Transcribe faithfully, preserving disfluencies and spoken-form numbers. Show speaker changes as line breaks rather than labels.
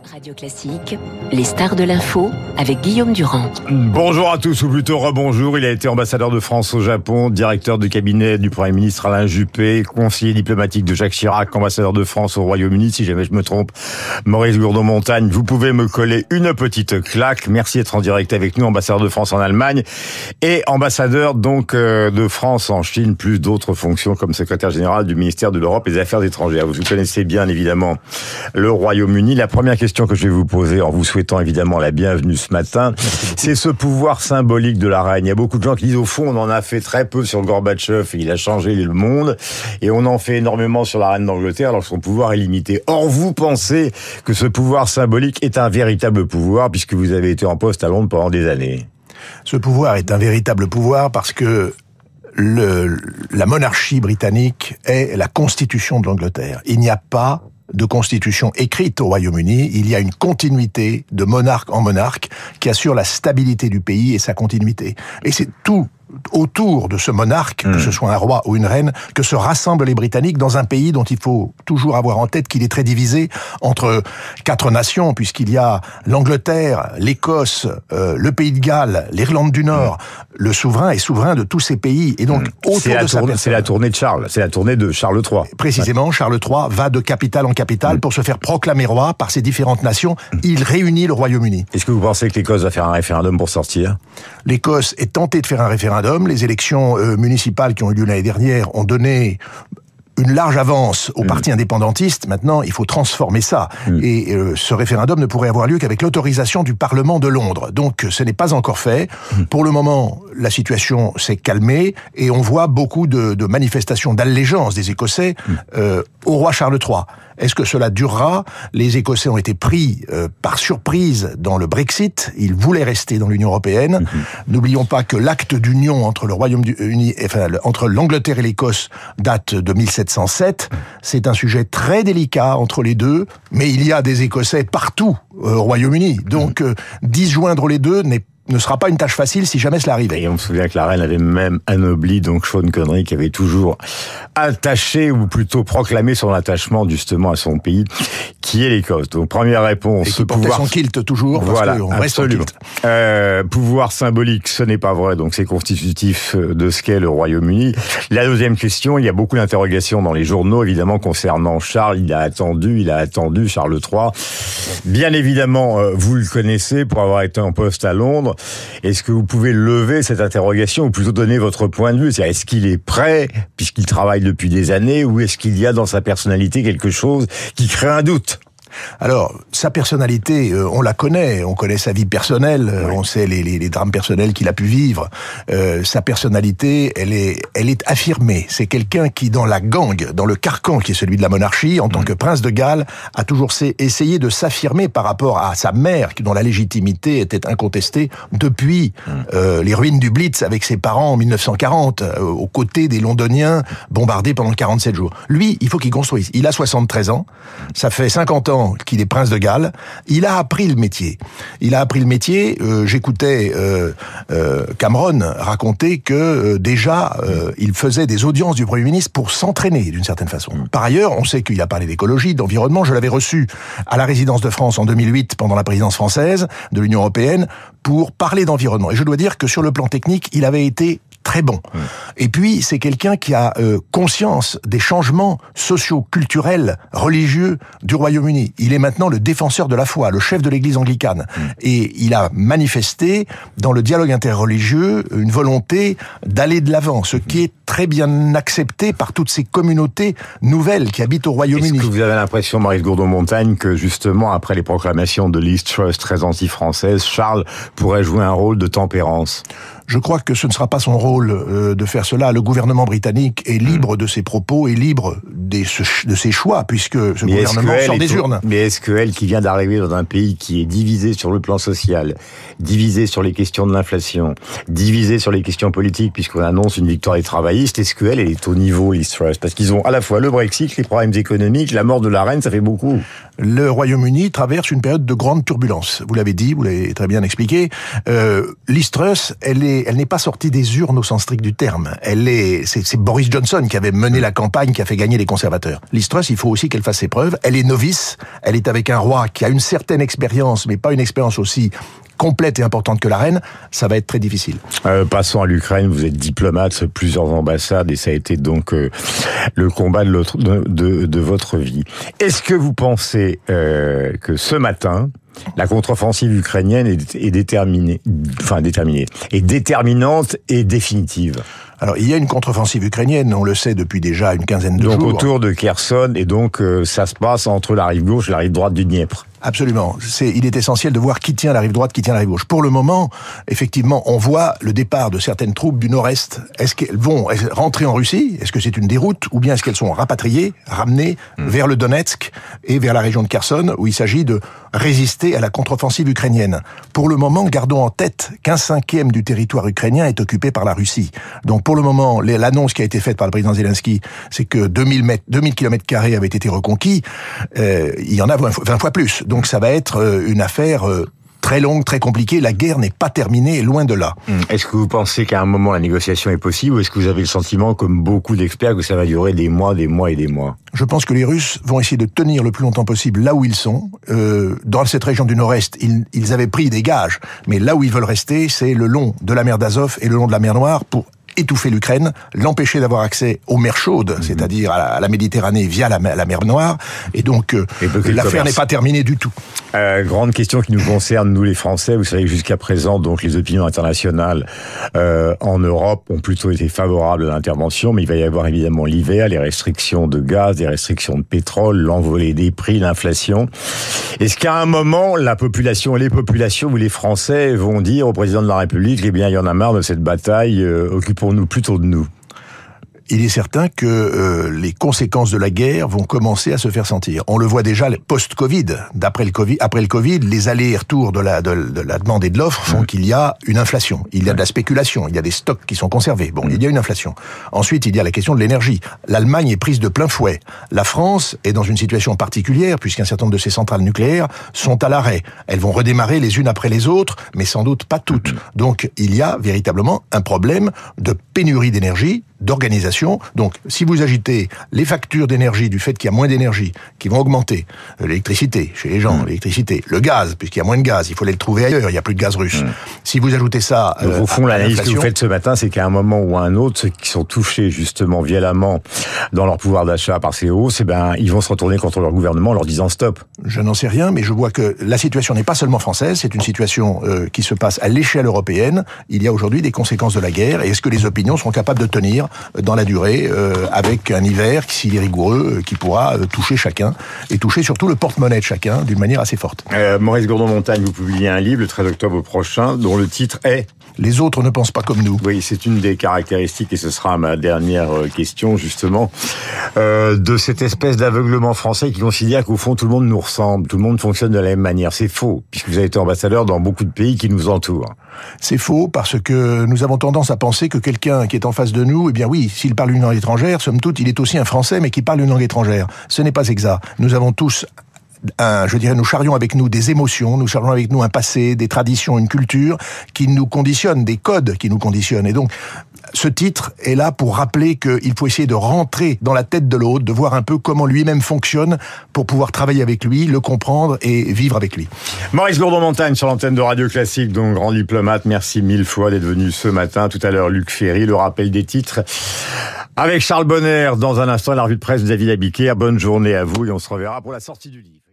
Radio Classique, les stars de l'info avec Guillaume Durand.
Bonjour à tous, ou plutôt rebonjour. Il a été ambassadeur de France au Japon, directeur de cabinet du Premier ministre Alain Juppé, conseiller diplomatique de Jacques Chirac, ambassadeur de France au Royaume-Uni. Si jamais je me trompe, Maurice Gourdon-Montagne, vous pouvez me coller une petite claque. Merci d'être en direct avec nous, ambassadeur de France en Allemagne et ambassadeur donc euh, de France en Chine, plus d'autres fonctions comme secrétaire général du ministère de l'Europe et des Affaires étrangères. Vous connaissez bien évidemment le Royaume-Uni. La première question que je vais vous poser, en vous souhaitant évidemment la bienvenue ce matin, c'est ce pouvoir symbolique de la reine. Il y a beaucoup de gens qui disent au fond on en a fait très peu sur Gorbatchev et il a changé le monde, et on en fait énormément sur la reine d'Angleterre alors que son pouvoir est limité. Or vous pensez que ce pouvoir symbolique est un véritable pouvoir puisque vous avez été en poste à Londres pendant des années?
Ce pouvoir est un véritable pouvoir parce que le, la monarchie britannique est la constitution de l'Angleterre. Il n'y a pas de constitution écrite au Royaume-Uni, il y a une continuité de monarque en monarque qui assure la stabilité du pays et sa continuité. Et c'est tout autour de ce monarque, mmh. que ce soit un roi ou une reine, que se rassemblent les Britanniques dans un pays dont il faut toujours avoir en tête qu'il est très divisé entre quatre nations, puisqu'il y a l'Angleterre, l'Écosse, euh, le Pays de Galles, l'Irlande du Nord. Mmh. Le souverain est souverain de tous ces pays. Et donc, mmh. autour
c'est la
de sa
tournée,
personne...
C'est la tournée de Charles, c'est la tournée de Charles trois.
Précisément, ouais. Charles trois va de capitale en capitale mmh. pour se faire proclamer roi par ces différentes nations. Mmh. Il réunit le Royaume-Uni.
Est-ce que vous pensez que l'Écosse va faire un référendum pour sortir?
L'Écosse est tentée de faire un référendum. Les élections euh, municipales qui ont eu lieu l'année dernière ont donné une large avance aux mmh. partis indépendantistes. Maintenant, il faut transformer ça. Mmh. Et euh, ce référendum ne pourrait avoir lieu qu'avec l'autorisation du Parlement de Londres. Donc, ce n'est pas encore fait. Mmh. Pour le moment, la situation s'est calmée et on voit beaucoup de, de manifestations d'allégeance des Écossais mmh. euh, au roi Charles trois. Est-ce que cela durera? Les Écossais ont été pris euh, par surprise dans le Brexit. Ils voulaient rester dans l'Union européenne. Mmh. N'oublions pas que l'acte d'union entre le Royaume-Uni, enfin, entre l'Angleterre et l'Écosse date de mille sept cent sept. C'est un sujet très délicat entre les deux, mais il y a des Écossais partout euh, au Royaume-Uni. Donc, euh, disjoindre les deux n'est ne sera pas une tâche facile si jamais cela arrivait.
Et on me souvient que la reine avait même anobli donc Sean Connery, qui avait toujours attaché ou plutôt proclamé son attachement justement à son pays, qui est l'Écosse. Donc première réponse.
Et qui portait pouvoir... son kilt toujours, parce
voilà,
qu'on reste en kilt.
Euh, pouvoir symbolique, ce n'est pas vrai, donc c'est constitutif de ce qu'est le Royaume-Uni. La deuxième question, il y a beaucoup d'interrogations dans les journaux, évidemment, concernant Charles. Il a attendu, il a attendu Charles trois. Bien évidemment, vous le connaissez pour avoir été en poste à Londres. Est-ce que vous pouvez lever cette interrogation ou plutôt donner votre point de vue? C'est-à-dire, est-ce qu'il est prêt, puisqu'il travaille depuis des années, ou est-ce qu'il y a dans sa personnalité quelque chose qui crée un doute?
Alors, sa personnalité, euh, on la connaît, on connaît sa vie personnelle, euh, oui. on sait les, les, les drames personnels qu'il a pu vivre. Euh, sa personnalité, elle est, elle est affirmée. C'est quelqu'un qui, dans la gangue, dans le carcan qui est celui de la monarchie, en mmh. tant que prince de Galles, a toujours essayé de s'affirmer par rapport à sa mère, dont la légitimité était incontestée depuis mmh. euh, les ruines du Blitz avec ses parents en mille neuf cent quarante, euh, aux côtés des Londoniens bombardés pendant quarante-sept jours. Lui, il faut qu'il construise. Il a soixante-treize ans, ça fait cinquante ans qu'il est prince de Galles, il a appris le métier. Il a appris le métier, euh, j'écoutais euh, euh, Cameron raconter que euh, déjà, euh, il faisait des audiences du Premier ministre pour s'entraîner d'une certaine façon. Par ailleurs, on sait qu'il a parlé d'écologie, d'environnement. Je l'avais reçu à la résidence de France en deux mille huit, pendant la présidence française de l'Union européenne, pour parler d'environnement. Et je dois dire que sur le plan technique, il avait été très bon. Mmh. Et puis, c'est quelqu'un qui a euh, conscience des changements sociaux, culturels, religieux du Royaume-Uni. Il est maintenant le défenseur de la foi, le chef de l'église anglicane. Mmh. Et il a manifesté, dans le dialogue interreligieux, une volonté d'aller de l'avant, ce qui est très bien accepté par toutes ces communautés nouvelles qui habitent au Royaume-Uni.
Est-ce que vous avez l'impression, Maurice Gourdon-Montagne, que justement, après les proclamations de Liz Truss très anti-française, Charles pourrait jouer un rôle de tempérance?
Je crois que ce ne sera pas son rôle euh, de faire cela. Le gouvernement britannique est libre de ses propos, est libre des, de ses choix, puisque ce mais gouvernement sort des urnes.
Mais est-ce qu'elle, qui vient d'arriver dans un pays qui est divisé sur le plan social, divisé sur les questions de l'inflation, divisé sur les questions politiques, puisqu'on annonce une victoire des travailleurs, royaliste, est-ce qu'elle, elle est au niveau, Liz Truss? Parce qu'ils ont à la fois le Brexit, les problèmes économiques, la mort de la reine, ça fait beaucoup.
Le Royaume-Uni traverse une période de grande turbulence. Vous l'avez dit, vous l'avez très bien expliqué. Euh, Liz Truss, elle est, elle n'est pas sortie des urnes au sens strict du terme. Elle est, c'est, c'est Boris Johnson qui avait mené la campagne, qui a fait gagner les conservateurs. Liz Truss, il faut aussi qu'elle fasse ses preuves. Elle est novice. Elle est avec un roi qui a une certaine expérience, mais pas une expérience aussi complète et importante que la reine, ça va être très difficile.
Euh, passons à l'Ukraine, vous êtes diplomate, plusieurs ambassades, et ça a été donc euh, le combat de, l'autre, de, de, de votre vie. Est-ce que vous pensez euh, que ce matin, la contre-offensive ukrainienne est, est déterminée, enfin déterminée, est déterminante et définitive?
Alors, il y a une contre-offensive ukrainienne, on le sait depuis déjà une quinzaine de
donc,
jours.
Donc autour de Kherson, et donc euh, ça se passe entre la rive gauche et la rive droite du Dniepr.
Absolument. C'est, il est essentiel de voir qui tient la rive droite, qui tient la rive gauche. Pour le moment, effectivement, on voit le départ de certaines troupes du nord-est. Est-ce qu'elles vont rentrer en Russie? Est-ce que c'est une déroute? Ou bien est-ce qu'elles sont rapatriées, ramenées mmh. vers le Donetsk et vers la région de Kherson, où il s'agit de résister à la contre-offensive ukrainienne? Pour le moment, gardons en tête qu'un cinquième du territoire ukrainien est occupé par la Russie. Donc pour le moment, l'annonce qui a été faite par le président Zelensky, c'est que deux mille kilomètres carrés avaient été reconquis. Euh, il y en a vingt fois plus. Donc ça va être une affaire très longue, très compliquée. La guerre n'est pas terminée, loin de là.
Est-ce que vous pensez qu'à un moment la négociation est possible, ou est-ce que vous avez le sentiment, comme beaucoup d'experts, que ça va durer des mois, des mois et des mois?
Je pense que les Russes vont essayer de tenir le plus longtemps possible là où ils sont. Euh, dans cette région du Nord-Est, ils, ils avaient pris des gages, mais là où ils veulent rester, c'est le long de la mer d'Azov et le long de la mer Noire pour étouffer l'Ukraine, l'empêcher d'avoir accès aux mers chaudes, mmh. c'est-à-dire à la, à la Méditerranée via la, la mer Noire, et donc euh, et l'affaire n'est pas terminée du tout.
Euh, grande question qui nous concerne, nous les Français. Vous savez que jusqu'à présent, donc les opinions internationales euh, en Europe ont plutôt été favorables à l'intervention, mais il va y avoir évidemment l'hiver, les restrictions de gaz, les restrictions de pétrole, l'envolée des prix, l'inflation. Est-ce qu'à un moment, la population et les populations ou les Français vont dire au président de la République, eh bien, il y en a marre de cette bataille, euh, occupons nous plutôt de nous?
Il est certain que euh, les conséquences de la guerre vont commencer à se faire sentir. On le voit déjà post-Covid. D'après le Covid, après le Covid, les allers et retours de la, de, de la demande et de l'offre font mmh. qu'il y a une inflation. Il y a de la spéculation. Il y a des stocks qui sont conservés. Bon, mmh. il y a une inflation. Ensuite, il y a la question de l'énergie. L'Allemagne est prise de plein fouet. La France est dans une situation particulière puisqu'un certain nombre de ses centrales nucléaires sont à l'arrêt. Elles vont redémarrer les unes après les autres, mais sans doute pas toutes. Mmh. Donc, il y a véritablement un problème de pénurie d'énergie, d'organisation. Donc, si vous agitez les factures d'énergie du fait qu'il y a moins d'énergie, qui vont augmenter, l'électricité chez les gens, mmh. l'électricité, le gaz, puisqu'il y a moins de gaz, il faut aller le trouver ailleurs, il n'y a plus de gaz russe. Mmh. Si vous ajoutez ça...
Donc, euh, au fond, l'analyse que vous faites ce matin, c'est qu'à un moment ou à un autre, ceux qui sont touchés justement violemment dans leur pouvoir d'achat par ces hausses, eh ben, ils vont se retourner contre leur gouvernement en leur disant stop.
Je n'en sais rien, mais je vois que la situation n'est pas seulement française, c'est une situation euh, qui se passe à l'échelle européenne. Il y a aujourd'hui des conséquences de la guerre, et est-ce que les opinions seront capables de tenir dans la durée, euh, avec un hiver, s'il est rigoureux, euh, qui pourra euh, toucher chacun, et toucher surtout le porte-monnaie de chacun d'une manière assez forte.
Euh, Maurice Gourdon-Montagne, vous publiez un livre le treize octobre prochain, dont le titre est...
Les autres ne pensent pas comme nous.
Oui, c'est une des caractéristiques, et ce sera ma dernière question, justement, euh, de cette espèce d'aveuglement français qui considère qu'au fond, tout le monde nous ressemble, tout le monde fonctionne de la même manière. C'est faux, puisque vous avez été ambassadeur dans beaucoup de pays qui nous entourent.
C'est faux, parce que nous avons tendance à penser que quelqu'un qui est en face de nous, eh bien oui, s'il parle une langue étrangère, somme toute, il est aussi un Français, mais qui parle une langue étrangère. Ce n'est pas exact. Nous avons tous... Un, je dirais, nous charrions avec nous des émotions, nous charrions avec nous un passé, des traditions, une culture qui nous conditionnent, des codes qui nous conditionnent. Et donc, ce titre est là pour rappeler qu'il faut essayer de rentrer dans la tête de l'autre, de voir un peu comment lui-même fonctionne pour pouvoir travailler avec lui, le comprendre et vivre avec lui.
Maurice Gourdon-Montagne sur l'antenne de Radio Classique, donc grand diplomate. Merci mille fois d'être venu ce matin. Tout à l'heure, Luc Ferry, le rappel des titres. Avec Charles Bonner, dans un instant, la revue de presse de David Abiker. Bonne journée à vous et on se reverra pour la sortie du livre.